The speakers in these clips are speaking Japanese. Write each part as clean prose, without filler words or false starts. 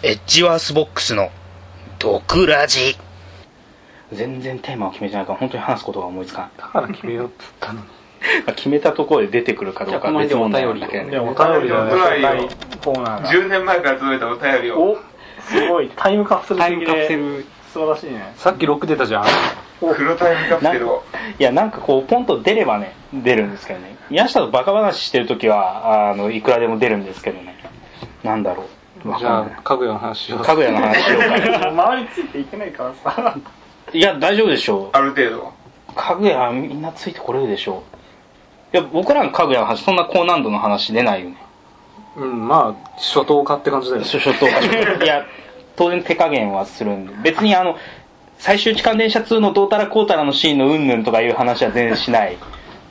エッジワースボックスの毒ラジ。全然テーマを決めてないから本当に話すことが思いつかない。 だから決めようって言ったのに決めたところで出てくるかどうかは別問題なんだけどね。 お便りだね。コーナーが 10年前から届いたお便りを。 お、すごいタイムカプセル的でタイムカプセル素晴らしいね。さっき6出たじゃん。 黒タイムカプセルを。 いやなんかこうポンと出ればね出るんですけどね。宮下とバカ話してるときはいくらでも出るんですけどね。なんだろう。 じゃあかぐやの話しよう。 かぐやの話しようか。 周りついていけないからさ。 いや大丈夫でしょう。 ある程度。 かぐやみんなついてこれるでしょう。いや僕らのかぐやの話そんな高難度の話出ないよね。 うん、まあ初等化って感じだよね。 初等化。いや当然手加減はするんで、別に最終置換電車2のどうたらこうたらのシーンのうんぬんとかいう話は全然しない。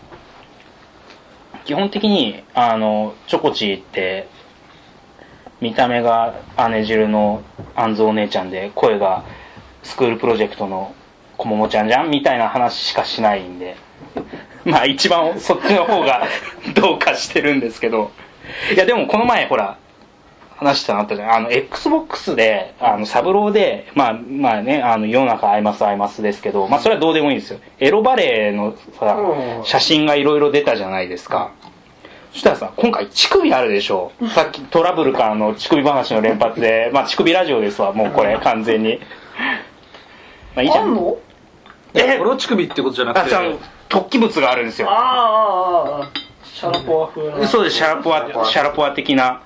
基本的にチョコチーって見た目が姉汁のあんずお姉ちゃんで声がスクールプロジェクトのこももちゃんじゃんみたいな話しかしないんで、まあ一番そっちの方がどうかしてるんですけど。いやでもこの前ほら話したのあったじゃん。XBOX でサブローでまあね世の中アイマスですけど、まあそれはどうでもいいんですよ。エロバレーのさ写真がいろいろ出たじゃないですか。そしたらさ今回乳首あるでしょ。さっきトラブルからの乳首話の連発で、まあ乳首ラジオですわもうこれ完全に。まあいいじゃん。 これを乳首ってことじゃなくて突起物があるんですよ。 あシャラポワ風な。 そうです。シャラポワ的な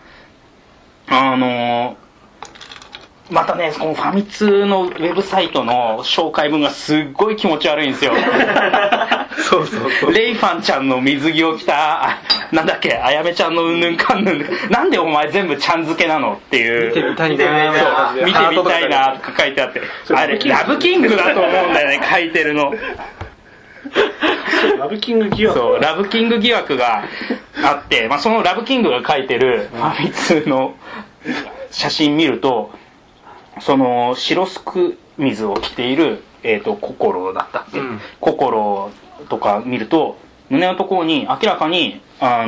またねこのファミ通のウェブサイトの紹介文がすっごい気持ち悪いんですよ。そうレイファンちゃんの水着を着たなんだっけあやめちゃんのうんぬんかんぬんなんでお前全部ちゃん付けなのっていう。 見てみたいな見てみたいなとか書いてあって、あれラブキングだと思うんだよね書いてるの。 ラブキング疑惑。 そうラブキング疑惑があって、まあ、そのラブキングが書いてるファミ通の写真見ると、その白すく水を着ている心だったっけ、心とか見ると胸のところに明らかに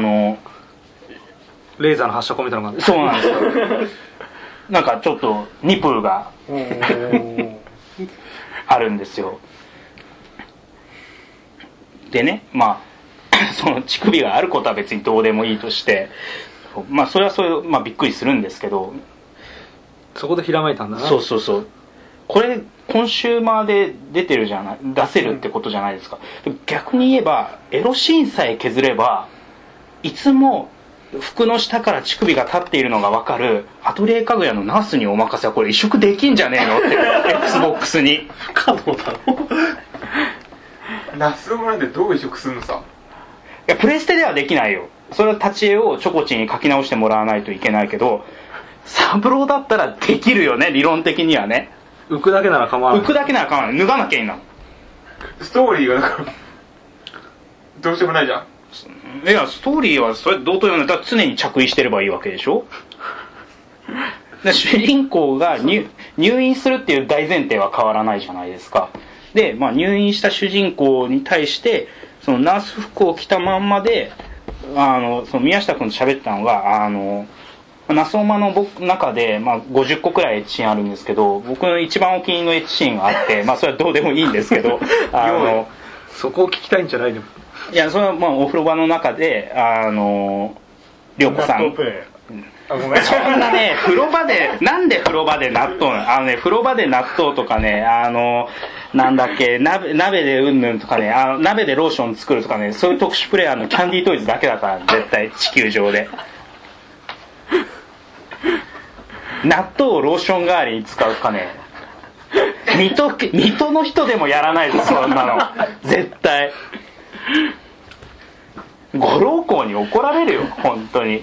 レーザーの発射口みたいなのがそうなんですよ。なんかちょっとニプルがあるんですよ。でねまあその乳首があることは別にどうでもいいとして、まあそれはそれ、まあ、びっくりするんですけど、 そこでひらめいたんだな。 そうこれコンシューマーで出てるじゃない、出せるってことじゃないですか。逆に言えばエロシーンさえ削ればいつも服の下から乳首が立っているのが分かるアトリエかぐやのナースにお任せはこれ移植できんじゃねえのって XBOX に不可能だろ。 ナスロなんでどう移植するのさ。 いやプレステではできないよ。それは立ち絵をチョコチに書き直してもらわないといけないけど、サブローだったらできるよね理論的にはね。 浮くだけなら構わない。 浮くだけなら構わない。脱がなきゃいいんだもん。 ストーリーがだからどうしようもないじゃん。 いやストーリーはそれどうというのだったら常に着衣してればいいわけでしょ。主人公が入院するっていう大前提は変わらないじゃないですか。で、まあ、入院した主人公に対してそのナース服を着たまんまでその宮下君と喋ったのがナスオマの中で、まあ、50個くらいエッチシーンあるんですけど、僕の一番お気に入りのエッチシーンがあってまあそれはどうでもいいんですけどそこを聞きたいんじゃないの。 いやそれはまあお風呂場の中で涼子さんごめんそんなね風呂場でなんで風呂場で納豆風呂場で納豆とかねなんだっけ鍋でうんぬんとかね鍋でローション作るとかねそういう特殊プレイヤーのキャンディートイズだけだから絶対地球上で納豆をローション代わりに使うかね水戸の人でもやらないですそんなの絶対ご老公に怒られるよ本当に。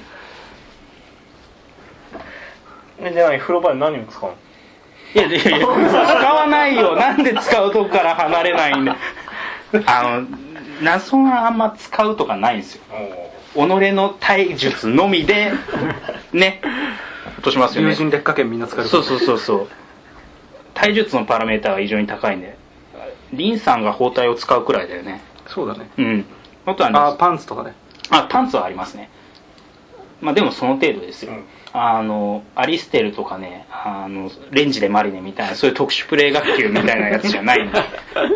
じゃあ風呂場で何を使うの。 いや使わないよ。なんで使うとこから離れないんだ。ナソンはあんま使うとかないんですよ。己の体術のみでね落としますよね。 友人劣化圏みんな使える。 そう体術のパラメーターが異常に高いんでリンさんが包帯を使うくらいだよね。 そうだね。 うんあとはねパンツとかね。 パンツはありますね。まあでもその程度ですよ。 アリステルとかね、レンジでマリネみたいな、そういう特殊プレイ学級みたいなやつじゃないんで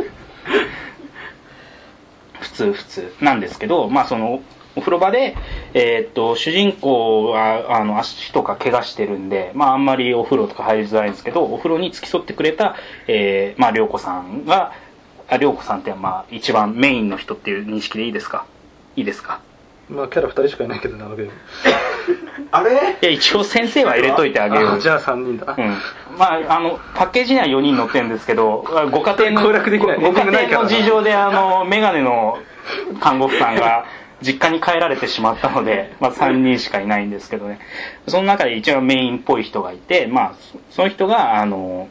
普通なんですけど、まあそのお風呂場で、主人公は足とか怪我してるんで、まああんまりお風呂とか入りづらいんですけど、お風呂に付き添ってくれた、まあ涼子さんが、涼子さんってまあ一番メインの人っていう認識でいいですか？ まあキャラ2人しかいないけどな、あのゲーム。 あれ？ いや一応先生は入れといてあげよう。 じゃあ3人だ。 まあパッケージには4人載ってるんですけど、ご家庭の攻略できない。 ご家庭の事情でメガネの看護婦さんが実家に帰られてしまったので、まあ3人しかいないんですけどね。その中で一応メインっぽい人がいて、まあその人が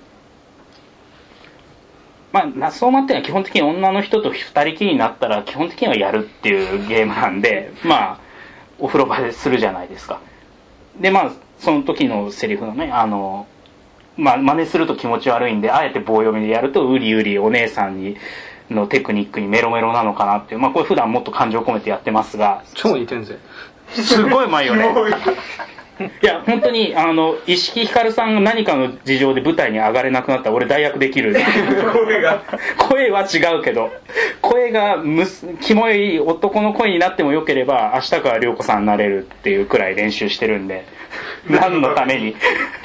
まあナスオマっていうのは基本的に女の人と二人きりになったら基本的にはやるっていうゲームなんで、まあお風呂場でするじゃないですか。でまあその時のセリフのね、まあ真似すると気持ち悪いんで、あえて棒読みでやるとウリウリお姉さんにのテクニックにメロメロなのかなっていう、まあこれ普段もっと感情込めてやってますが、 超似てんぜ。 すごいうまいよね。いや本当に石木ひかるさんが何かの事情で舞台に上がれなくなったら俺代役できる。声は違うけど、声がキモい男の声になってもよければ明日から涼子さんになれるっていうくらい練習してるんで、何のために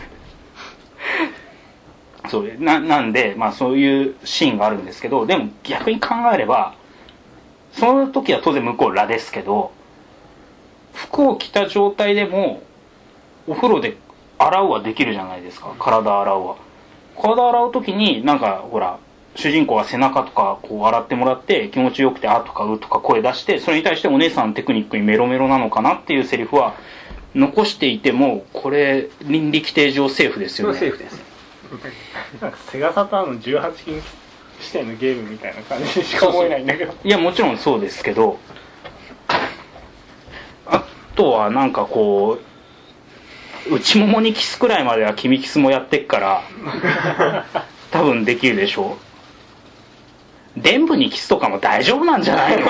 そうなんで、まあそういうシーンがあるんですけど、でも逆に考えればその時は当然向こう裸ですけど、服を着た状態でもお風呂で洗うはできるじゃないですか。体洗う時になんかほら主人公が背中とかこう洗ってもらって気持ちよくてあとかうとか声出して、それに対してお姉さんのテクニックにメロメロなのかなっていうセリフは残していても、これ倫理規定上セーフですよね。 セーフです。 なんかセガサターンの18禁視点のゲームみたいな感じにしか思えないんだけど。 いやもちろんそうですけど、あとはなんかこう内ももにキスくらいまでは君キスもやってっから多分できるでしょう。伝部にキスとかも大丈夫なんじゃないの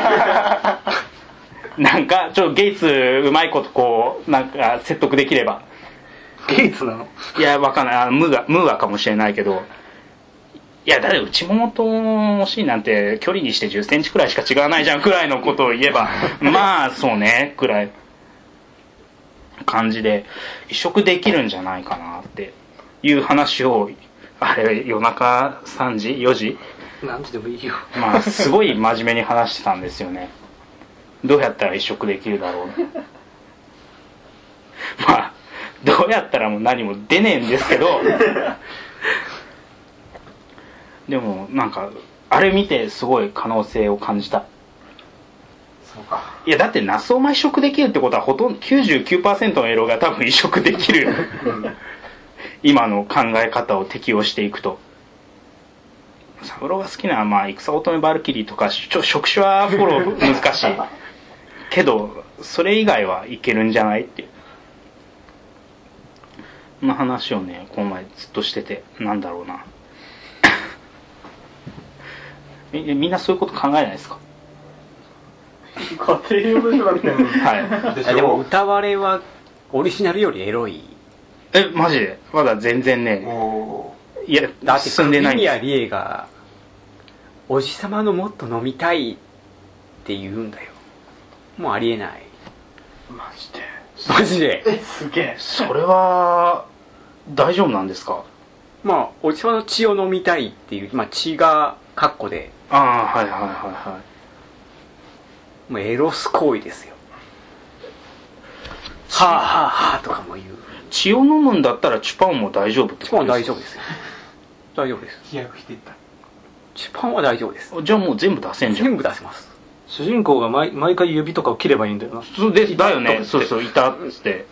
なんかゲイツうまいことこうなんか説得できれば。 ゲイツなの？ いやわかんない、ムーアかもしれないけど、いやだって内ももとお尻なんて距離にして10センチくらいしか違わないじゃんくらいのことを言えばまあそうねくらい感じで移植できるんじゃないかなっていう話を、あれ夜中3時4時何時でもいいよ。 まあすごい真面目に話してたんですよね。どうやったら移植できるだろうまあどうやったらもう何も出ねえんですけどでもなんかあれ見てすごい可能性を感じた。 そうか。 いやだってナスオマ移植できるってことはほとんど 99% のエロが多分移植できる今の考え方を適用していくと。サブローが好きなのはまあ戦乙女バルキリーとか触手はフォロー難しいけどそれ以外はいけるんじゃないっていうその話をねこの前ずっとしてて、なんだろうなみんなそういうこと考えないですか？ 家庭用でしょだって。 はい。 でも歌割れはオリジナルよりエロい。 マジでまだ全然ね。いやだって進んでないんです。 クリアリエがおじさまのもっと飲みたいって言うんだよ。もうありえない。 マジで。 マジで。 すげえ。 それは大丈夫なんですか？ まあおじさまの血を飲みたいっていう、まあ血がカッコで。 ああはいはいはいはい。 もうエロス行為ですよ。はあはあはあとかも言う。 血を飲むんだったらチュパンも大丈夫ってチュことパンは大丈夫ですよ。大丈夫です。 飛躍していった。 チュパンは大丈夫です。 じゃあもう全部出せんじゃん。 全部出せます。 主人公が毎回指とかを切ればいいんだよな。 そうでだよね。そうそういたっつって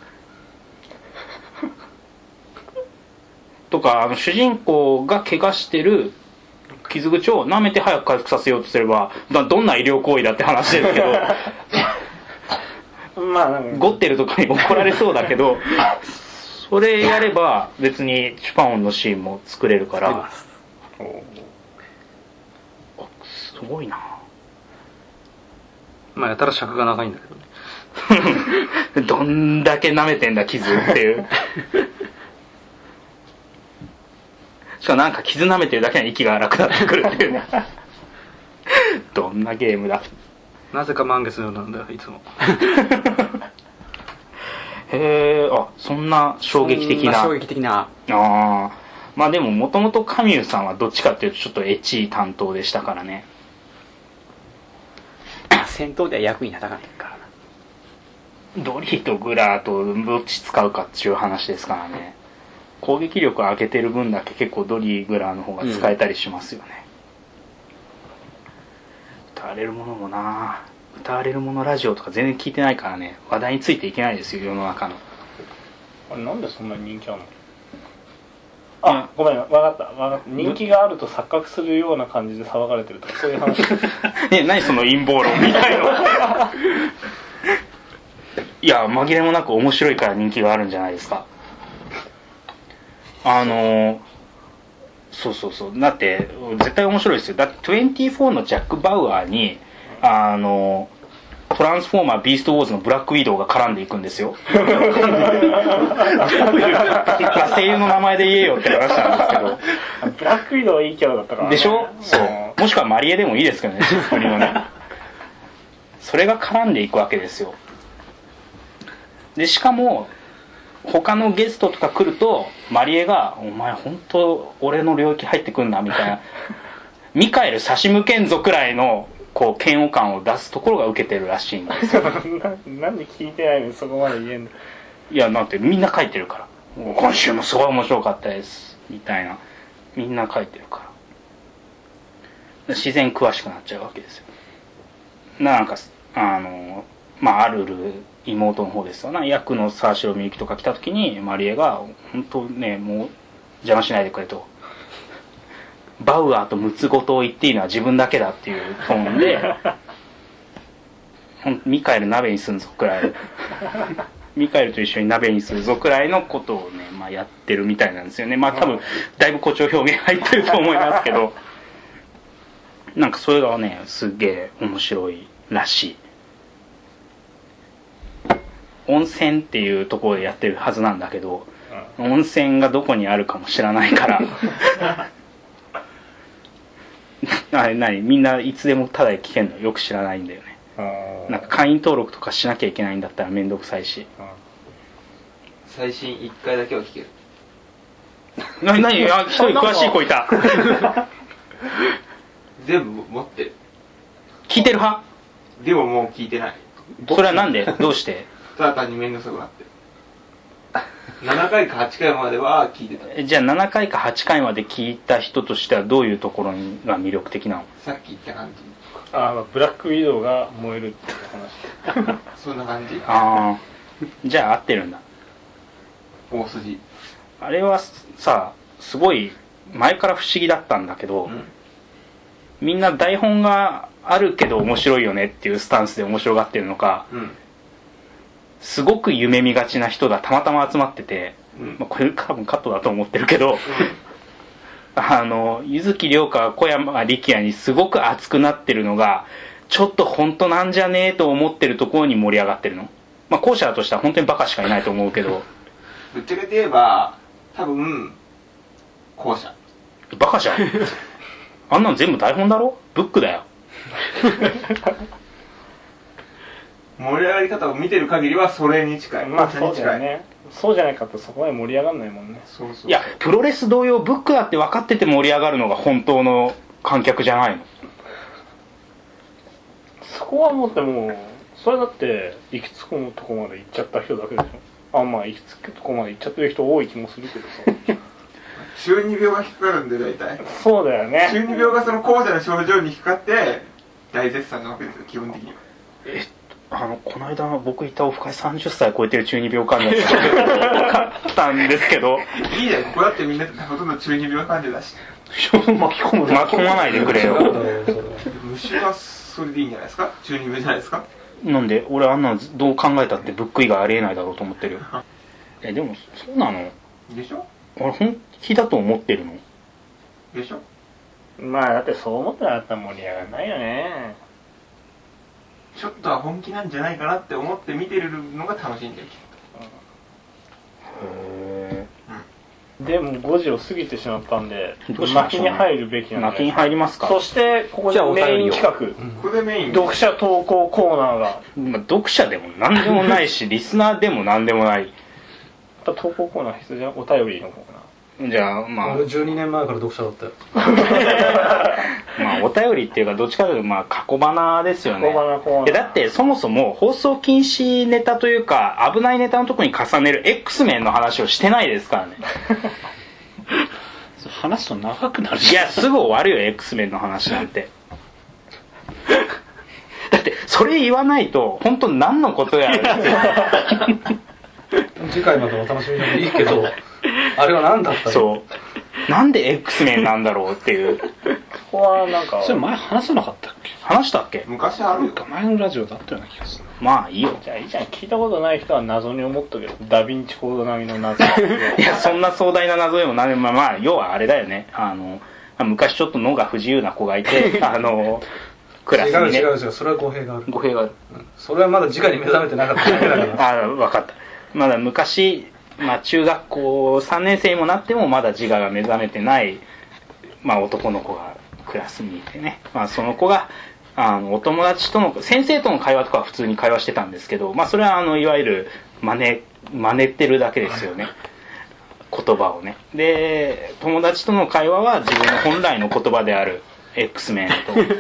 とか主人公が怪我してる傷口を舐めて早く回復させようとすればどんな医療行為だって話ですけどまあなんかゴッテルとかに怒られそうだけどそれやれば別にチュパオンのシーンも作れるからすごいな。 まあやたら尺が長いんだけどねどんだけ舐めてんだ傷っていうしかもなんか傷舐めてるだけで息が荒くなってくるっていうねどんなゲームだ。 なぜか満月のようなんだよいつも。 へえ、あ、そんな衝撃的な。 衝撃的な。 ああ、まあでももともとカミューさんはどっちかっていうとちょっとエッチ担当でしたからね。 戦闘では役に立たないからな。 ドリーとグラーとどっち使うかっていう話ですからね。攻撃力を上げてる分だけ結構ドリーグラーの方が使えたりしますよね。歌われるものもな、歌われるものラジオとか全然聞いてないからね、話題についていけないですよ世の中の。 あれなんでそんなに人気あるの？あ、ごめん、わかった。人気があると錯覚するような感じで騒がれてるとかそういう話。 ね、何その陰謀論みたいな。いや、紛れもなく面白いから人気があるんじゃないですか。そうそうそう。だって、絶対面白いですよ。だって、24のジャック・バウアーに、トランスフォーマー・ビースト・ウォーズのブラック・ウィドウが絡んでいくんですよ。声優の名前で言えよって話なんですけど。 ブラックウィドウはいいキャラだったから、ね。 でしょ？そう。もしくはマリエでもいいですけどね、国のね。それが絡んでいくわけですよ。で、しかも、他のゲストとか来るとマリエがお前本当俺の領域入ってくんなみたいなミカエル差し向けんぞくらいのこう嫌悪感を出すところが受けてるらしいんですよ。 なんで聞いてないのにそこまで言えんの？ いや、なんてみんな書いてるから今週もすごい面白かったですみたいな、みんな書いてるから自然詳しくなっちゃうわけですよ。なんかまあアルル妹の方ですよな、役の沢城みゆきとか来た時にマリエが本当ね、もう邪魔しないでくれと、バウアーとムツゴトを言っていいのは自分だけだっていうトーンでミカエル鍋にするぞくらいミカエルと一緒に鍋にするぞくらいのことをね、まあ、やってるみたいなんですよね。まあ多分だいぶ誇張表現入ってると思いますけどなんかそれがねすっげえ面白いらしい。温泉っていうところでやってるはずなんだけど、温泉がどこにあるかも知らないからあれ何、みんないつでもタダで聞けんのよく知らないんだよね。なんか会員登録とかしなきゃいけないんだったらめんどくさいし。 最新1回だけは聞ける。 何あ、一人詳しい子いた全部持ってる。 聞いてる派？ でももう聞いてない。 それはなんで？どうして？ ただ単に面倒くさくなってる。7回か8回までは聞いてた。 じゃあ7回か8回まで聞いた人としてはどういうところが魅力的なの？ さっき言った感じ。 ブラックウィドウが燃えるっていう話。 そんな感じ。 ああ、じゃあ合ってるんだ。 大筋。 あれはさ、すごい前から不思議だったんだけど、みんな台本があるけど面白いよねっていうスタンスで面白がってるのか、すごく夢見がちな人がたまたま集まってて、まあ、これ多分カットだと思ってるけど、柚木涼香小山力也にすごく熱くなってるのがちょっと本当なんじゃねえと思ってるところに盛り上がってるの。まあ後者としては本当にバカしかいないと思うけどぶっちゃけて言えば多分後者。 バカじゃんあんなの全部台本だろ、ブックだよ盛り上がり方を見てる限りはそれに近い。 まあそうだよね。そうじゃないかとそこまで盛り上がんないもんね。 そうそう。 いやプロレス同様ブックだって分かってて盛り上がるのが本当の観客じゃないの。 そこはもうでもそれだって行き着くとこまで行っちゃった人だけでしょ。まあ行き着くとこまで行っちゃってる人多い気もするけどさ中二病が引っかかるんで大体。 そうだよね。 中二病がその後者の症状に引っかかって大絶賛なわけですよ基本的には。 この間僕いたオフ会30歳超えてる中二病患者がかったんですけどいいじゃん、ここだってみんなほとんど中二病患者だし巻き込まないでくれよ虫はそれでいいんじゃないですか。中二病じゃないですか。 なんで俺あんなのどう考えたってブック以外ありえないだろうと思ってるよでもそうなのでしょ。 俺本気だと思ってるのでしょ。 まあだってそう思ってなかったら盛り上がらないよね。 ちょっとは本気なんじゃないかなって思って見てるのが楽しいんだよ。 へでも5時を過ぎてしまったんでどうしましょうね泣きに入るべきなんで泣きに入りますか。 そしてここでメイン企画これでメイン。 読者投稿コーナーがまあ、読者でも何でもないしリスナーでも何でもない。 投稿コーナー必要じゃん。お便りのコーナー。 じゃあまあ俺12年前から読者だったよ。 まあお便りっていうかどっちかというとまあ過去花ですよね。 過去花コーナー。 いやだってそもそも放送禁止ネタというか危ないネタのところに重ねる X メンの話をしてないですからね。 話すと長くなるいやすぐ終わるよ X メンの話なんて。だってそれ言わないと本当何のことや次回までお楽しみでもいいけど、あれは何だったの？ そうなんで X メンなんだろうっていう。 ここはなんかそれ前話さなかったっけ？ 話したっけ？ 昔あるよ。 前のラジオだったような気がする。 まあいいよ。 じゃあいいじゃん。聞いたことない人は謎に思っとけどダヴィンチコード並みの謎。 いやそんな壮大な謎でも何でもまあ要はあれだよね。昔ちょっと脳が不自由な子がいてクラスにね。 違うそれは語弊がある。 語弊がある。 それはまだ直に目覚めてなかっただけだから。 分かった。まだ昔、まあ、中学校3年生にもなってもまだ自我が目覚めてない、まあ、男の子がクラスにいてね、まあ、その子がお友達との先生との会話とかは普通に会話してたんですけど、まあ、それはいわゆる真似てるだけですよね、言葉をね。で友達との会話は自分の本来の言葉である X メンと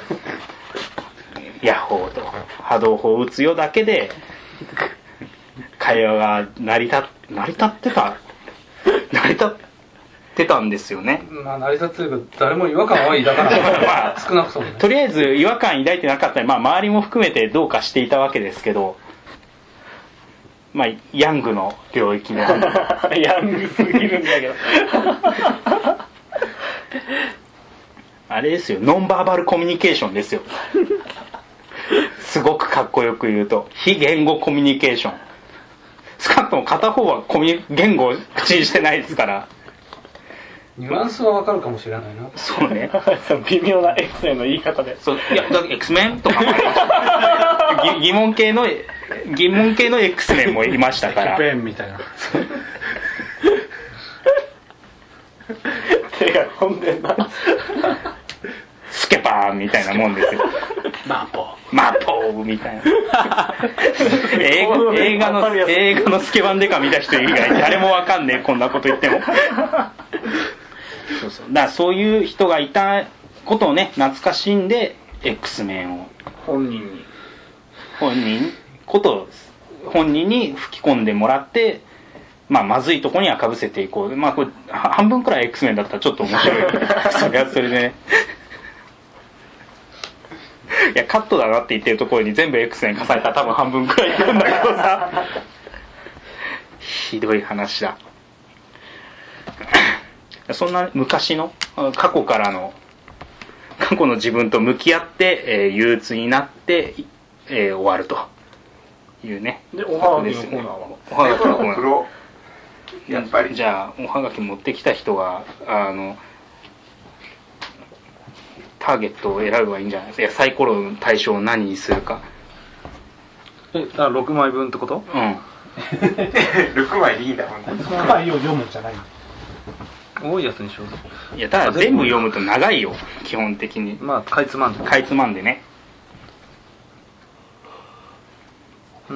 ヤッホーと波動砲を打つよだけで会話が成り立ってたんですよね。 まあ成り立つというか誰も違和感は抱かなかった、まあ、少なくともね。 とりあえず違和感抱いてなかったり、まあ、周りも含めてどうかしていたわけですけど、まあヤングの領域のヤングすぎるんだけどあれですよ、ノンバーバルコミュニケーションですよ。すごくかっこよく言うと非言語コミュニケーション。少なくとも片方は言語を口にしてないですから。 ニュアンスはわかるかもしれないな。 そうね。 微妙な X メンの言い方で。 そういやだ X メンとかも疑問系の X メンもいましたから。 ペンみたいな。 手が込んでんな。 スケパーみたいなもんですよ。マポーみたいな。映画のスケバンデカ見た人以外誰もわかんねえ、こんなこと言っても。そうだからそういう人がいたことをね懐かしんで X メンを本人に吹き込んでもらって、まあ、まずいとこにはかぶせていこう。まあこれ半分くらい X メンだったらちょっと面白い。それはそれでね。いやカットだなって言ってるところに全部 X メン重ねたら多分半分くらいいくんだけどさ。ひどい話だ。そんな昔の過去の自分と向き合って、憂鬱になって、終わるというね。 でおはがきのコーナーはおはがきのコーナーやっぱりじゃあおはがき持ってきた人がターゲットを選べばいいんじゃないですか。いやサイコロの対象を何にするか。 6枚分ってこと？ うん。 6枚でいいんだ本当に。 6枚を読むんじゃない。 多いやつにしようぜ。 いやただ全部読むと長いよ基本的に。 まあかいつまんで。 かいつまんでね。 うん。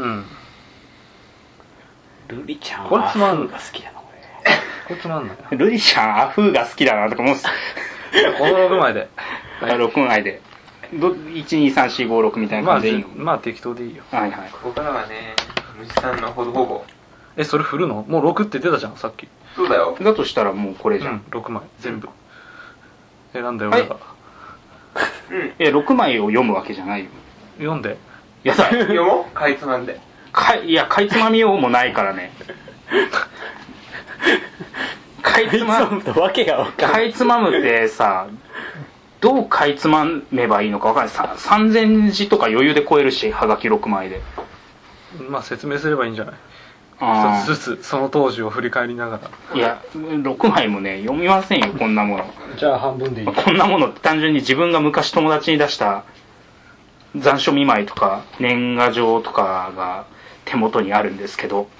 ルリちゃんこれつまんが好きだなここいつまんないな。 ルリちゃんアフーが好きだなとかもうこの6枚で。 6枚で12345みたいな感じでいいの。 まあ適当でいいよ。 はいはい。 ここからはね虫さんのほぼそれ振るの？もう6って出たじゃんさっき。 そうだよ。 だとしたらもうこれじゃん。 6枚全部選んだよ俺が。 いや6枚を読むわけじゃないよ。 読んで。 いやだ読もうかいつまんで。 いやかいつまみようもないからね。かいつまむわけが分かんない。 かいつまむってさどうかいつまめばいいのか分かんない。3000字とか余裕で超えるしはがき6枚で。 まあ説明すればいいんじゃない。 あ一つずつその当時を振り返りながら。 いや6枚もね読みませんよこんなもの。 じゃあ半分でいい。 こんなものって単純に自分が昔友達に出した残暑見舞いとか年賀状とかが手元にあるんですけど、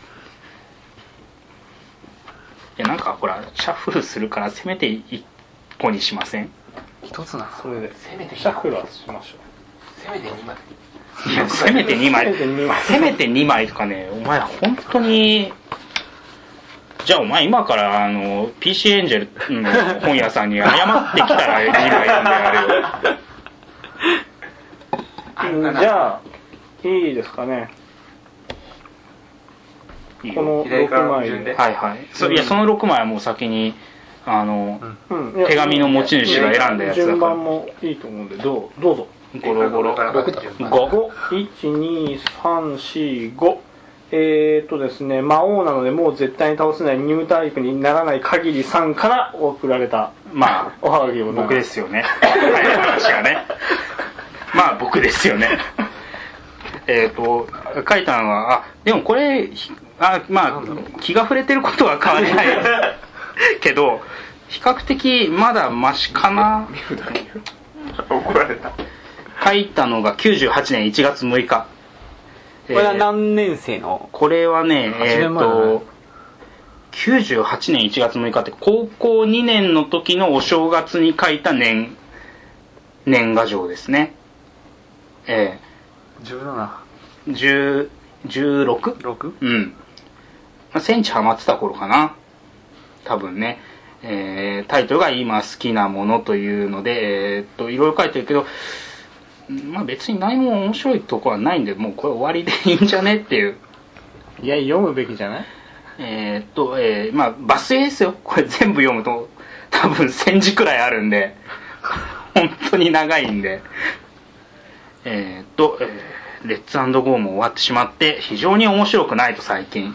いやなんかほらシャッフルするからせめて1個にしません？ 一つなそれでせめてシャッフルはしましょせめて2枚いやせめて2枚せめて2枚せめて2枚とかね、お前本当に。じゃあお前今からPC エンジェルの本屋さんに謝ってきたら2枚読んでやるよ。 う。じゃあいいですかね。 いいよこの6枚で。 はいはい。いやその6枚はもう先に手紙の持ち主が選んだやつだから。 順番もいいと思うんでどうぞ。 ゴロゴロ5。 12345。ですね、魔王なのでもう絶対に倒せないニュータイプにならない限りさんから送られたまあおはがきを僕ですよね。話がね。まあ僕ですよね。書いたのはでもこれまあ気が触れてることは変わりないけど比較的まだマシかな。 怒られた。 書いたのが98年1月6日。 これは何年生の？ これはね、 8年前だね 98年1月6日って高校2年の時のお正月に書いた年賀状ですね。16？ 6? うん。センチハマってた頃かな。多分ね。タイトルが今好きなものというので、いろいろ書いてるけど、まあ別に何も面白いとこはないんで、もうこれ終わりでいいんじゃねっていう。 いや読むべきじゃない？ まあ抜粋ですよ。これ全部読むと多分1000字くらいあるんで、本当に長いんで。レッツ&ゴーも終わってしまって非常に面白くないと最近。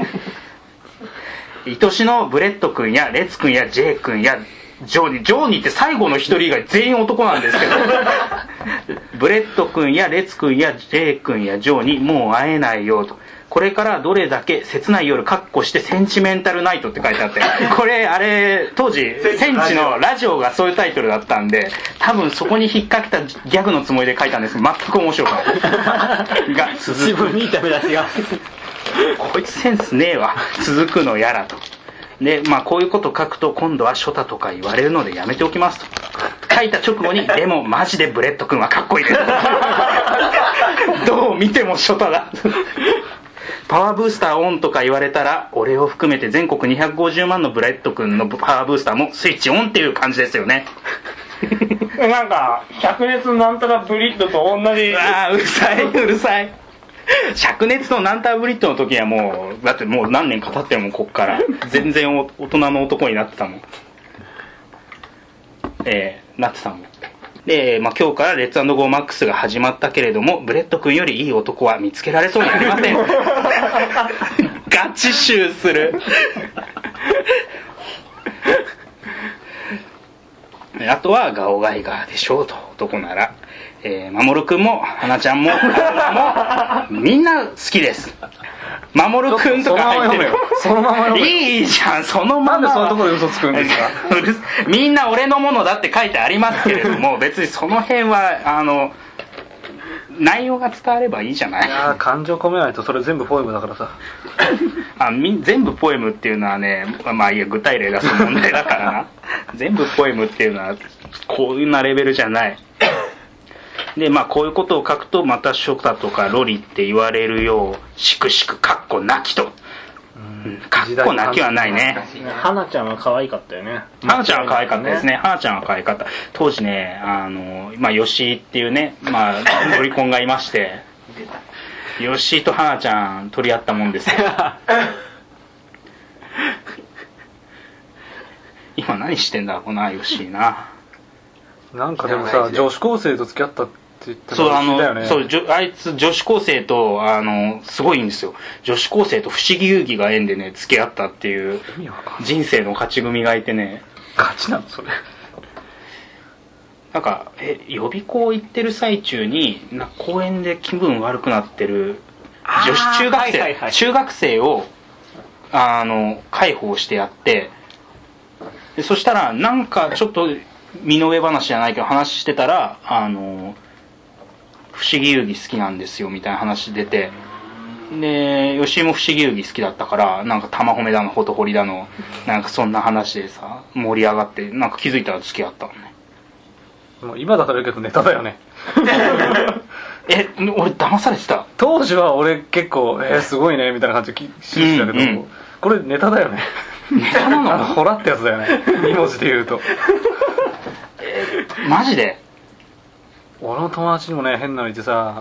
愛しのブレッド君やレッツ君やジェイ君やジョーニーって最後の一人以外全員男なんですけどブレッド君やレッツ君やジェイ君やジョーにもう会えないよと、これからどれだけ切ない夜カッコしてセンチメンタルナイトって書いてあって、これあれ当時センチのラジオがそういうタイトルだったんで、多分そこに引っ掛けたギャグのつもりで書いたんですけど全く面白くないが続く。 自分にダメ出しがこいつセンスねえわ、続くのやらと。でまあこういうこと書くと今度はショタとか言われるのでやめておきますと書いた直後にでもマジでブレッド君はかっこいいですどう見てもショタだパワーブースターオンとか言われたら俺を含めて全国250万のブレッド君のパワーブースターもスイッチオンっていう感じですよねなんか灼熱なんたらブリッドと同じ。 ああうるさいうるさい。灼熱のナンターブリッドの時はもうだってもう何年か経ってるもん、こっから全然大人の男になってたもん。なってたもんで、まあ、今日からレッツ&ゴーマックスが始まったけれどもブレッド君よりいい男は見つけられそうにありませんガチ集するあとはガオガイガーでしょうと、男ならマモルくんも花ちゃんもみんな好きです。マモルくんとか入ってるよ。 そのまま読めよ。 いいじゃん、そのまま。 なんでそんなところで嘘つくんですかみんな俺のものだって書いてありますけれども別にその辺は内容が伝わればいいじゃない。 いや感情込めないとそれ全部ポエムだからさ全部ポエムっていうのはね、まあいいや具体例出す問題だからな全部ポエムっていうのはこういうなレベルじゃないで、まあこういうことを書くとまたショタとかロリって言われるようしくしくかっこなきと、かっこなきはないね。 花ちゃんは可愛かったよね。 花ちゃんは可愛かったですね。花ちゃんは可愛かった。当時ねまあ吉井っていうねまあロリコンがいまして吉井と花ちゃん取り合ったもんですよ今何してんだろうな吉井な。 なんかでもさ女子高生と付き合ったって言ってそうだよね。 そうあいつ女子高生とすごいんですよ。女子高生と不思議遊戯が縁でね付き合ったっていう意味わかんない。 人生の勝ち組がいてね。 ガチなのそれ。 なんか予備校行ってる最中に公園で気分悪くなってる女子中学生、中学生を介抱してやってでそしたらなんかちょっと身の上話じゃないけど話してたら不思議遊戯好きなんですよみたいな話出て、で吉井も不思議遊戯好きだったから、なんか玉褒めだのほとほりだのなんかそんな話でさ盛り上がって、なんか気づいたら付き合ったのね。 もう今だから言うけどネタだよね。 俺騙されてた。 当時は俺結構すごいねみたいな感じで信じたけど、 うんうん、 これネタだよね。 ネタなの？ ホラってやつだよね。2文字で言うと。 マジで？ 俺の友達にもね変なのいてさ、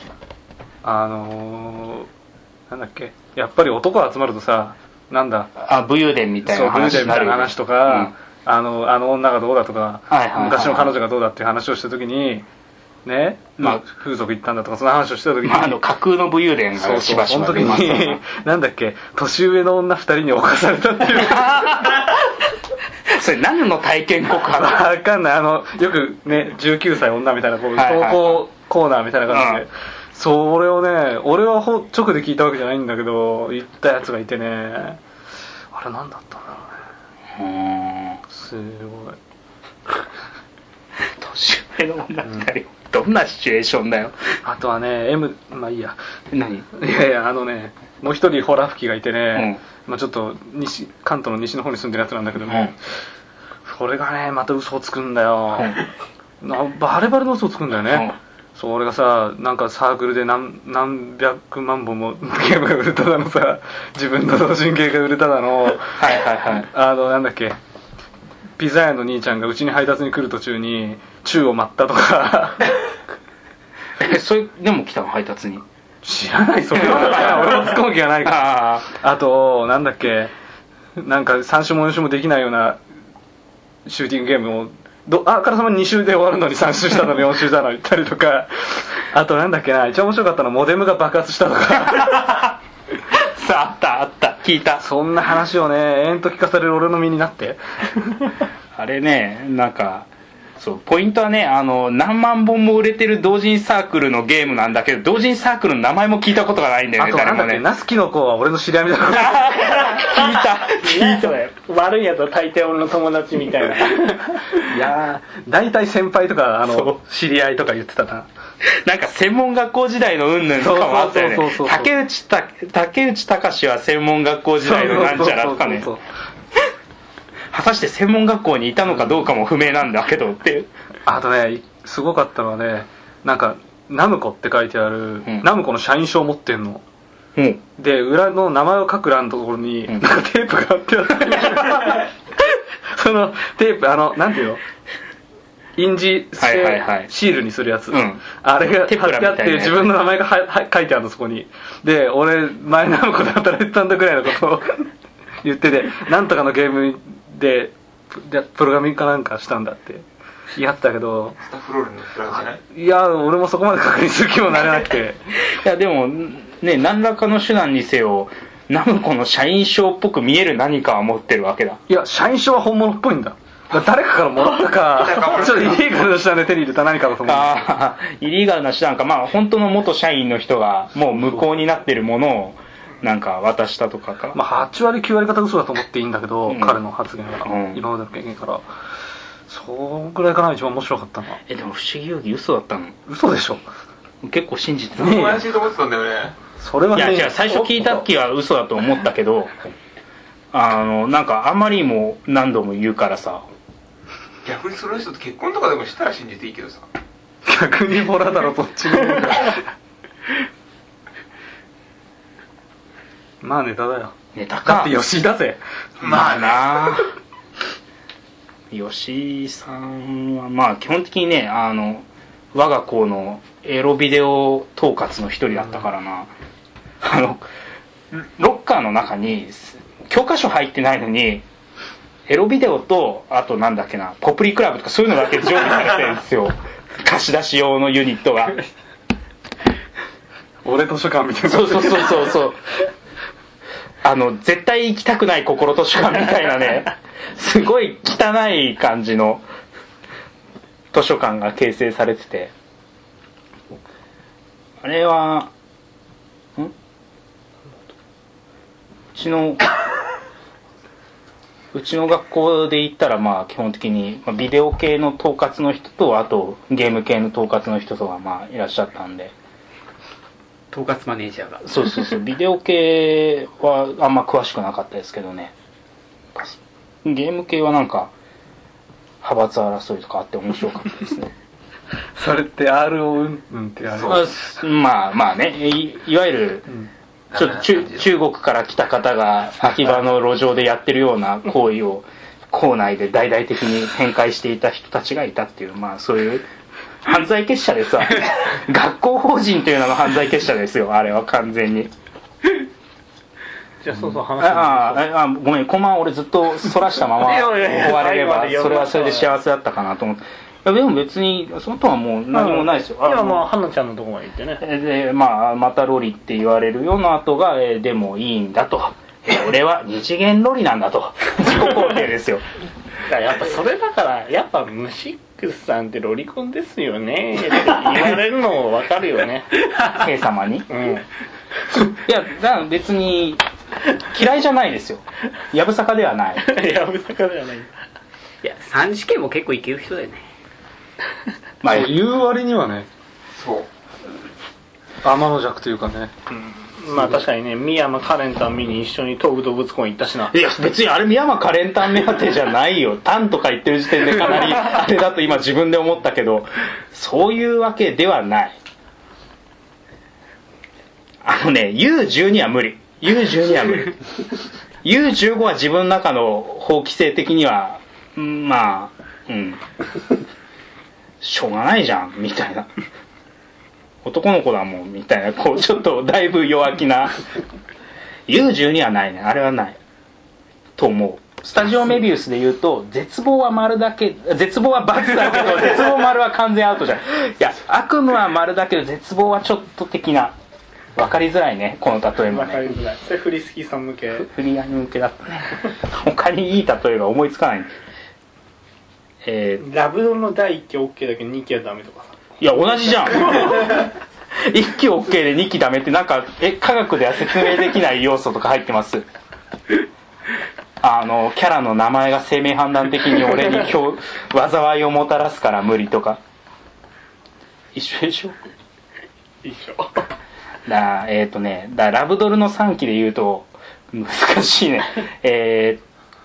なんだっけ、やっぱり男集まるとさ、なんだ、 武勇伝みたいな話になるよね。 話とか、あの女がどうだとか、昔の彼女がどうだっていう話をしたときにね、風俗行ったんだとかその話をしたときに、 架空の武勇伝がしばしば出ますから、 その時になんだっけ、年上の女2人に侵されたっていうそれ何の体験告白？ わかんない。よくね、19歳女みたいなこう投稿コーナーみたいな感じで、それをね、俺は直で聞いたわけじゃないんだけど、言ったやつがいてね、あれ何だったんだろうね。すごい。 年上の女2人、どんなシチュエーションだよ。 あとはね、まあいいや。 何？ いやもう一人ホラ吹きがいてね、ちょっと関東の西の方に住んでるやつなんだけどね、それがね、また嘘をつくんだよ。バレバレの嘘をつくんだよね。そう、俺がさ、なんかサークルで何百万本もゲームが売れただのさ、自分の同人系が売れただの、なんだっけ、ピザ屋の兄ちゃんがうちに配達に来る途中に宙を舞ったとかそれでも来たの？配達に？ 知らない、それは俺も突っ込む気がないから。あとなんだっけ、なんか3週も4週もできないようなシューティングゲームをあからさまに2週で終わるのに3週したのに4週だの言ったりとか、あとなんだっけな、一番面白かったのはモデムが爆発したとかさあった聞いた。 そんな話をね延々と聞かされる俺の身になってあれね、なんかそうポイントはね、何万本も売れてる同人サークルのゲームなんだけど、同人サークルの名前も聞いたことがないんだよね。 あとなんだっけ、ナスキの子は俺の知り合いみたいな聞いた悪いやつは大抵俺の友達みたいな。いやー、大体先輩とか知り合いとか言ってたな。 なんか専門学校時代の云々とかもあったよね。竹内隆は専門学校時代のなんちゃらとかね。果たして専門学校にいたのかどうかも不明なんだけどっていう。 あとね、すごかったのはね、なんかナムコって書いてある、ナムコの社員証を持ってんの。で、裏の名前を書く欄のところに、なんかテープが貼ってあってそのテープ、なんていうの、印字してシールにするやつ、あれが貼ってあって自分の名前が書いてあるの、そこに。で、俺前ナムコで働いてたんだぐらいのことを言ってて、なんとかのゲームでプログラミングかなんかしたんだってやったけど、 スタッフロールのフラグじゃない？ いや俺もそこまで確認する気もなれなくていやでもね、何らかの手段にせよナムコの社員証っぽく見える何かは持ってるわけだ。 いや、社員証は本物っぽいんだ。誰かからもらったかちょっとイリーガルな手段で手に入れた何かだと思う。 イリーガルな手段か、本当の元社員の人がもう無効になってるものをなんか渡したとかか。 8割9割方嘘だと思っていいんだけど、彼の発言は、今までの経験からそうぐらいかな、一番面白かったのは。 でも不思議遊戯嘘だったの？ 嘘でしょ。 結構信じてた。 怪しいと思ってたんだよね。 それはね、 いや違う、最初聞いた時は嘘だと思ったけどなんかあまりにも何度も言うからさ。 逆にその人と結婚とかでもしたら信じていいけどさ。 逆にホラだろ、そっちの方がまあネタだよ。 ネタか。 だって吉井だぜ。 まあな吉井さんは基本的にね、我が校のエロビデオ統括の一人だったからな。ロッカーの中に教科書入ってないのにエロビデオと、あとなんだっけな、ポプリクラブとかそういうのだけ常備されてるんですよ。貸し出し用のユニットが。 俺図書館みたいな。 そう絶対行きたくない心図書館みたいなね、すごい汚い感じの図書館が形成されてて、あれはうちのうちの学校で言ったらまあ基本的にビデオ系の統括の人とあとゲーム系の統括の人とがまあいらっしゃったんで、 統括マネージャーが。 そうそうそうビデオ系はあんま詳しくなかったですけどね、ゲーム系はなんか派閥争いとかあって面白かったですね。 それって RO うんうんってあれ、 まあまあね、いわゆるちょっと中国から来た方が秋葉の路上でやってるような行為を校内で大々的に展開していた人たちがいたっていう、まあそういう犯罪結社ですわ。学校法人というのが犯罪結社ですよ、あれは完全に。 じゃあそうそう話ごめん、こんばんは。俺ずっとそらしたまま終われればそれはそれで幸せだったかなと思って。でも別にそのとはもう何もないですよ。 いやまあ花ちゃんのとこまで行ってね。 でまあまたロリって言われるような後が、でもいいんだと、俺は二次元ロリなんだと自己肯定ですよ。 やっぱそれだからやっぱムシックスさんってロリコンですよねって言われるのも分かるよね。 K 様に、 うん、 いやだから別に嫌いじゃないですよ。やぶさかではない。 やぶさかではない。いや3次元も結構いける人だよね。 まあ言う割にはね、 そう天の弱というかね、 うん、まあ確かにね、深山カレンタン見に一緒に東武動物公園行ったしな。 いや別にあれ深山カレンタン目当てじゃないよ。タンとか言ってる時点でかなりあれだと今自分で思ったけど、そういうわけではない。U12 は無理。U12 は無理。U15 は自分の中の法規制的にはまあしょうがないじゃんみたいな、男の子だもんみたいな、こうちょっとだいぶ弱気な。 U12 はないね、あれはないと思う。スタジオメビウスで言うと絶望は丸だけ、絶望は×だけど絶望丸は完全アウトじゃん。いや悪夢は丸だけど絶望はちょっと的な、分かりづらいねこの例えもね。 分かりづらい。それフリスキーさん向け。 フリーアニ向けだったね。他にいい例えが思いつかない。 ラブドの第1期 OK だけど2期はダメとかさ。 いや同じじゃん。1期 OK で2期ダメってなんか科学では説明できない要素とか入ってます。キャラの名前が生命判断的に俺に災いをもたらすから無理とか一緒でしょ。 一緒だラブドルの3期で言うと難しいね。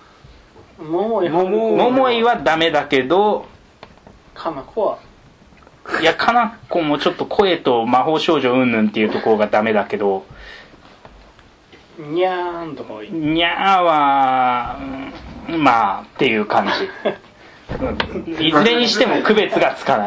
桃井はダメだけどかな子は、 いやかな子もちょっと声と魔法少女うんぬんっていうところがダメだけど、 にゃーんとかはいい。 にゃーはまあっていう感じ。いずれにしても区別がつかない。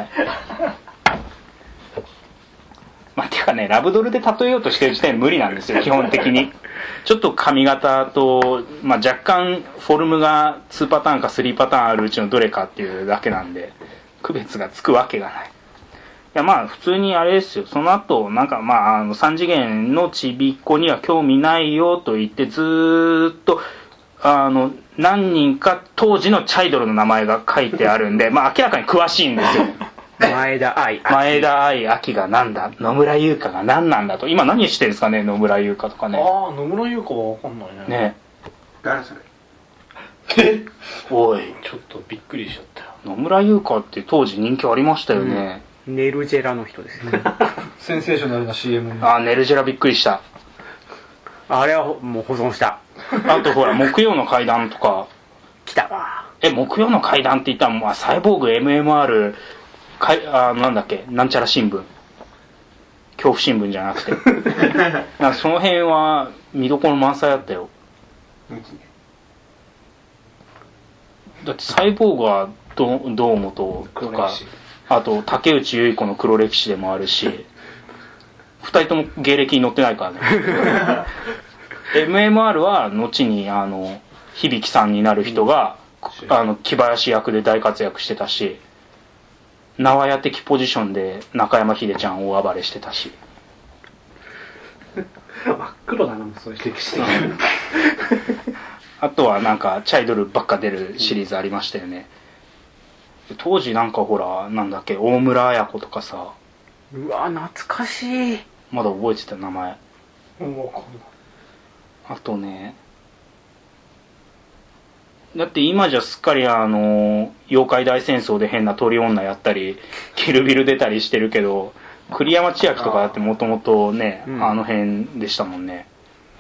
まあていうかね、ラブドルで例えようとしてる時点で無理なんですよ基本的に。ちょっと髪型と、若干フォルムが2パターンか3パターンあるうちのどれかっていうだけなんで区別がつくわけがない。いやまあ普通にあれですよ、その後なんか3次元のちびっこには興味ないよと言ってずーっと何人か当時のチャイドルの名前が書いてあるんで、明らかに詳しいんですよ。 前田愛秋がなんだ、野村優香が何なんだと。今何してるんですかね野村優香とかね。 ああ野村優香は分かんないね。 ね誰それ。 おいちょっとびっくりしちゃったよ。 野村優香って当時人気ありましたよね。 ネルジェラの人ですよ。 センセーショナルな CM に。 ネルジェラびっくりした。 あれはもう保存した。 あとほら木曜の階段とか来たわ。 木曜の階段って言ったらサイボーグ MMR なんだっけ、なんちゃら新聞、恐怖新聞じゃなくてなんかその辺は見どころ満載だったよ。だってサイボーグは堂本とか、あと竹内結子の黒歴史でもあるし、2人とも芸歴に載ってないからね。MMR は後に響さんになる人が木林役で大活躍してたし、縄屋的ポジションで中山秀ちゃん大暴れしてたし。 真っ黒だな、そういう歴史的な。 あとはなんかチャイドルばっか出るシリーズありましたよね。当時なんかほらなんだっけ、大村綾子とかさ。 うわ懐かしい。 まだ覚えてた名前。 分かんない。 あとね、 だって今じゃすっかり妖怪大戦争で変な鳥女やったりキルビル出たりしてるけど、栗山千明とかだってもともとね、あの辺でしたもんね。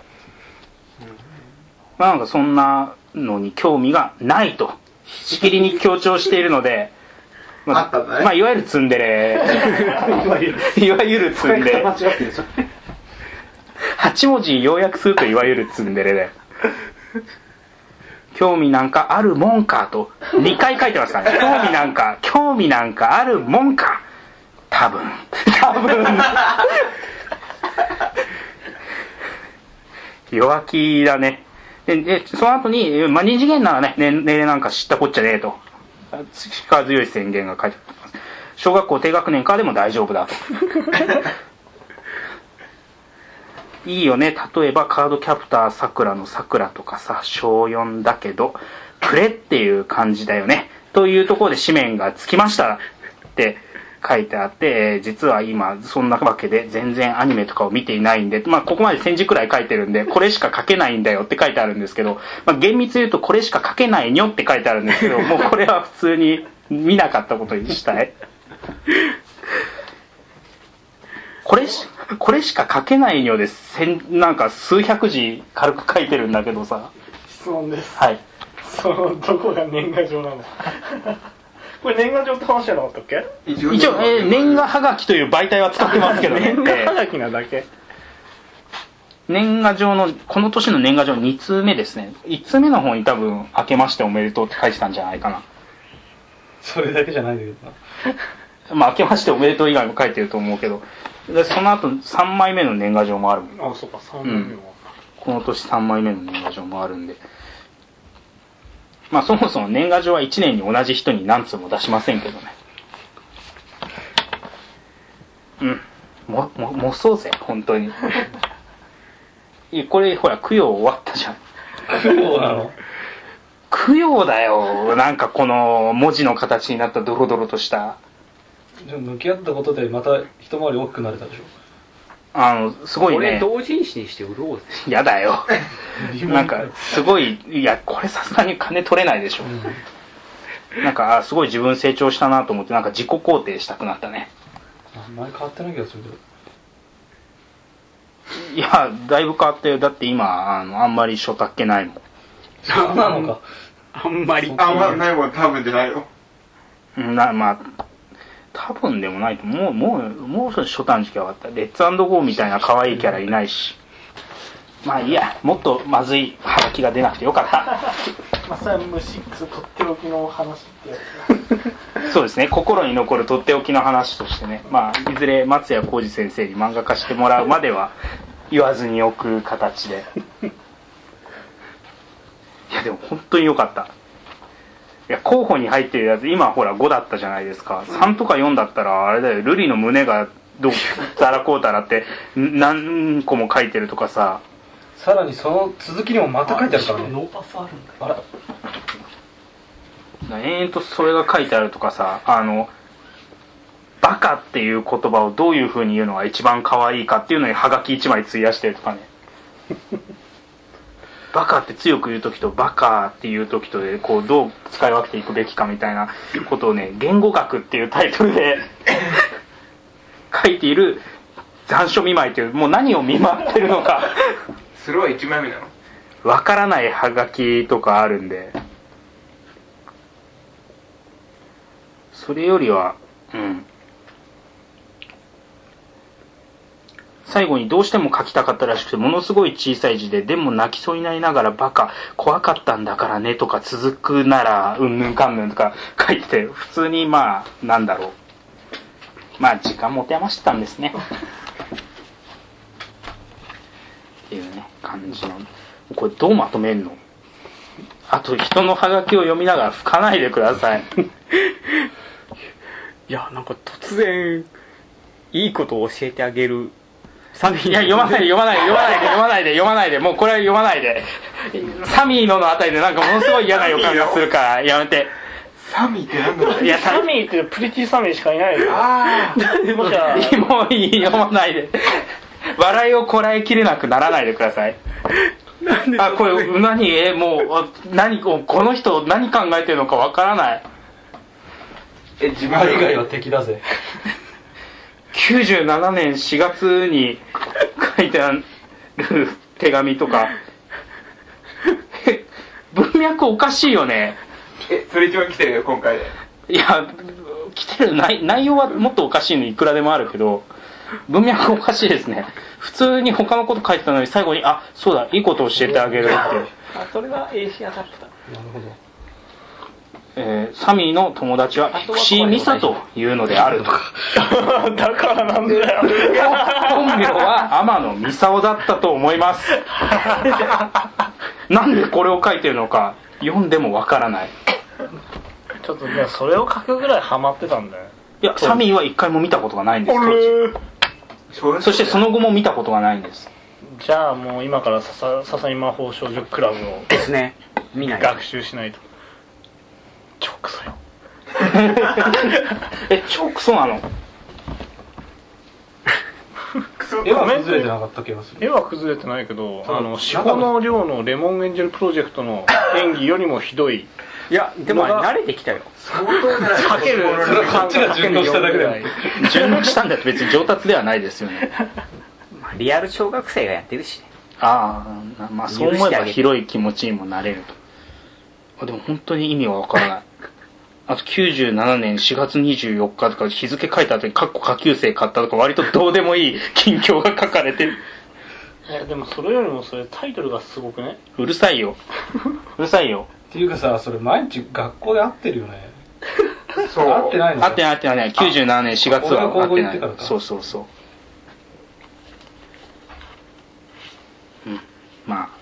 なんかそんなのに興味がないとしきりに強調しているので、まあいわゆるツンデレいわゆるツンデレ8文字要約するといわゆるツンデレで、興味なんかあるもんかと2回書いてますからね。興味なんかあるもんか、多分弱気だね。でその後に、二次元ならね、年齢なんか知ったこっちゃねえと力強い宣言が書いてあります。小学校低学年からでも大丈夫だといいよね。例えばカードキャプターさくらのさくらとかさ、小4だけどくれっていう感じだよねというところで紙面がつきましたって書いてあって、実は今そんなわけで全然アニメとかを見ていないんで、ここまで1000字くらい書いてるんでこれしか書けないんだよって書いてあるんですけど、厳密に言うとこれしか書けないにょって書いてあるんですけど、もうこれは普通に見なかったことにしたいこれしか書けないにょですなんか数百字軽く書いてるんだけどさ。 質問です。 はい。 そのどこが年賀状なのこれ年賀状って話じゃなかったっけ？ 一応、年賀はがきという媒体は使ってますけどね。 年賀はがきなだけ。 年賀状のこの年の年賀状2通目ですね。1通目の方に多分明けましておめでとうって書いてたんじゃないかな。 それだけじゃないんだけどな。明けましておめでとう以外も書いてると思うけど、でその後3枚目の年賀状もある。 あ、そうか、3枚目も、 この年3枚目の年賀状もあるんで、そもそも年賀状は1年に同じ人に何通も出しませんけどね。もそうぜ本当に。これほら供養終わったじゃん。 供養なの？ 供養だよ。なんかこの文字の形になったドロドロとした。 でも向き合ったことでまた一回り大きくなれたでしょ。 すごいね。 これ同人誌にして売ろうぜ。 やだよ。なんかすごい、いやこれさすがに金取れないでしょ。なんかすごい自分成長したなと思って、なんか自己肯定したくなったね。 前変わってない気がするけど。 いやだいぶ変わったよ。だって今あんまり書たっけないもん。 そうなのか。 あんまりないもん多分じゃないよ。 多分でもないともう少し初短時期は終わった。レッツ&ゴーみたいな可愛いキャラいないし、いいや、もっとまずいハガキが出なくてよかったそれは虫とっておきの話ってやつそうですね、心に残るとっておきの話としてね、いずれ松谷浩二先生に漫画化してもらうまでは言わずにおく形でいやでも本当によかった。いや候補に入ってるやつ今ほら5だったじゃないですか。3とか4だったらあれだよ、瑠璃の胸がどうたらこうたらって何個も書いてるとかさ。 さらにその続きにもまた書いてあるからね。 ノーパスあるんだ。 あら、 延々とそれが書いてあるとかさ、バカっていう言葉をどういう風に言うのが一番可愛いかっていうのにハガキ1枚費やしてるとかねバカって強く言う時とバカっていう時とでこうどう使い分けていくべきかみたいなことをね、言語学っていうタイトルで書いている残暑見舞いという、もう何を見舞ってるのかそれは1枚目なの？ わからないハガキとかあるんで、それよりは最後にどうしても書きたかったらしくて、ものすごい小さい字で、でも泣きそうになりながらバカ怖かったんだからねとか続くならうんぬんかんぬんとか書いてて、普通になんだろう、時間持て余してたんですねっていうね感じの。これどうまとめんの？あと人のハガキを読みながら吹かないでくださいいやなんか突然いいことを教えてあげる。 いや読まないでもうこれは読まないで。サミーのあたりでなんかものすごい嫌な予感がするからやめて。 サミーってなんだろう。 いやサミーってプリティサミーしかいないよ。 もういい、読まないで。笑いをこらえきれなくならないでください。 あ、これ何もう何この人何考えてるのかわからない。 自分あ以外は敵だぜ。 97年4月に書いてある手紙とか文脈おかしいよね。 それ一番来てるよ今回で。 いや来てる内容はもっとおかしいのいくらでもあるけど文脈おかしいですね。普通に他のこと書いてたのに最後にあそうだいいことを教えてあげるって。 あそれがエイシアだった。 なるほど。 サミーの友達はピクシーミサというのであるとかだからなんだよ。 本名は天野ミサオだったと思います。なんでこれを書いてるのか読んでもわからない。 ちょっとねそれを書くぐらいハマってたんだよ。 いやサミーは一回も見たことがないんです。そしてその後も見たことがないんです。 じゃあもう今からささい魔法少女クラブをですね。見ない。 学習しないと。超クソよ。 超クソなの。 絵は崩れてなかった気がする。 絵は崩れてないけど志保の寮のレモンエンジェルプロジェクトの演技よりもひどい。 いやでも慣れてきたよ。 相当じゃないかけるこっちが順応しただけだよ。 順応したんだって別に上達ではないですよね。 まあリアル小学生がやってるしね。 ああまあそう思えば広い気持ちにもなれると。でも本当に意味はわからない。あと97年4月24日とか日付書いた後にカッコ下級生買ったとか割とどうでもいい近況が書かれてる。 いやでもそれよりもそれタイトルがすごくね。 うるさいようるさいよ。 っていうかさそれ毎日学校で会ってるよね。 そう。 会ってないの。 合ってない97年4月は合って高校行ない。 ってからか。 そううんまあ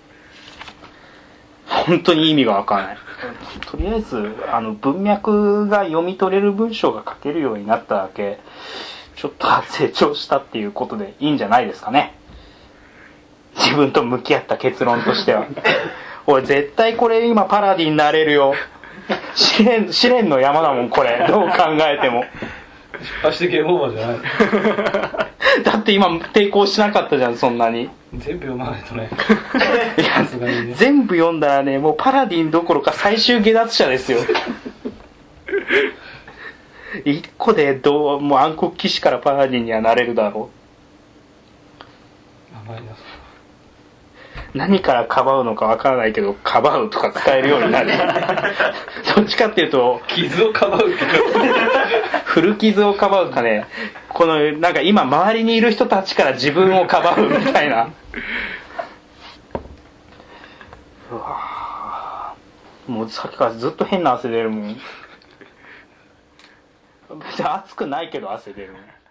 本当に意味がわからない。とりあえず文脈が読み取れる文章が書けるようになっただけちょっと成長したっていうことでいいんじゃないですかね。自分と向き合った結論としては。俺絶対これ今パラディになれるよ。試練の山だもんこれ。どう考えても。 失敗してゲームオーバーじゃない。 だって今抵抗しなかったじゃんそんなに。 全部読まないとね。 いや全部読んだらねもうパラディンどころか最終下脱者ですよ。一個でもう暗黒騎士からパラディンにはなれるだろ甘いな。 う。何からかばうのかわからないけどかばうとか使えるようになる。どっちかっていうと傷をかばうけど古傷をかばうかねこのなんか今周りにいる人たちから自分をかばうみたいな。うわもうさっきからずっと変な汗出るもん。別に暑くないけど汗出るもん。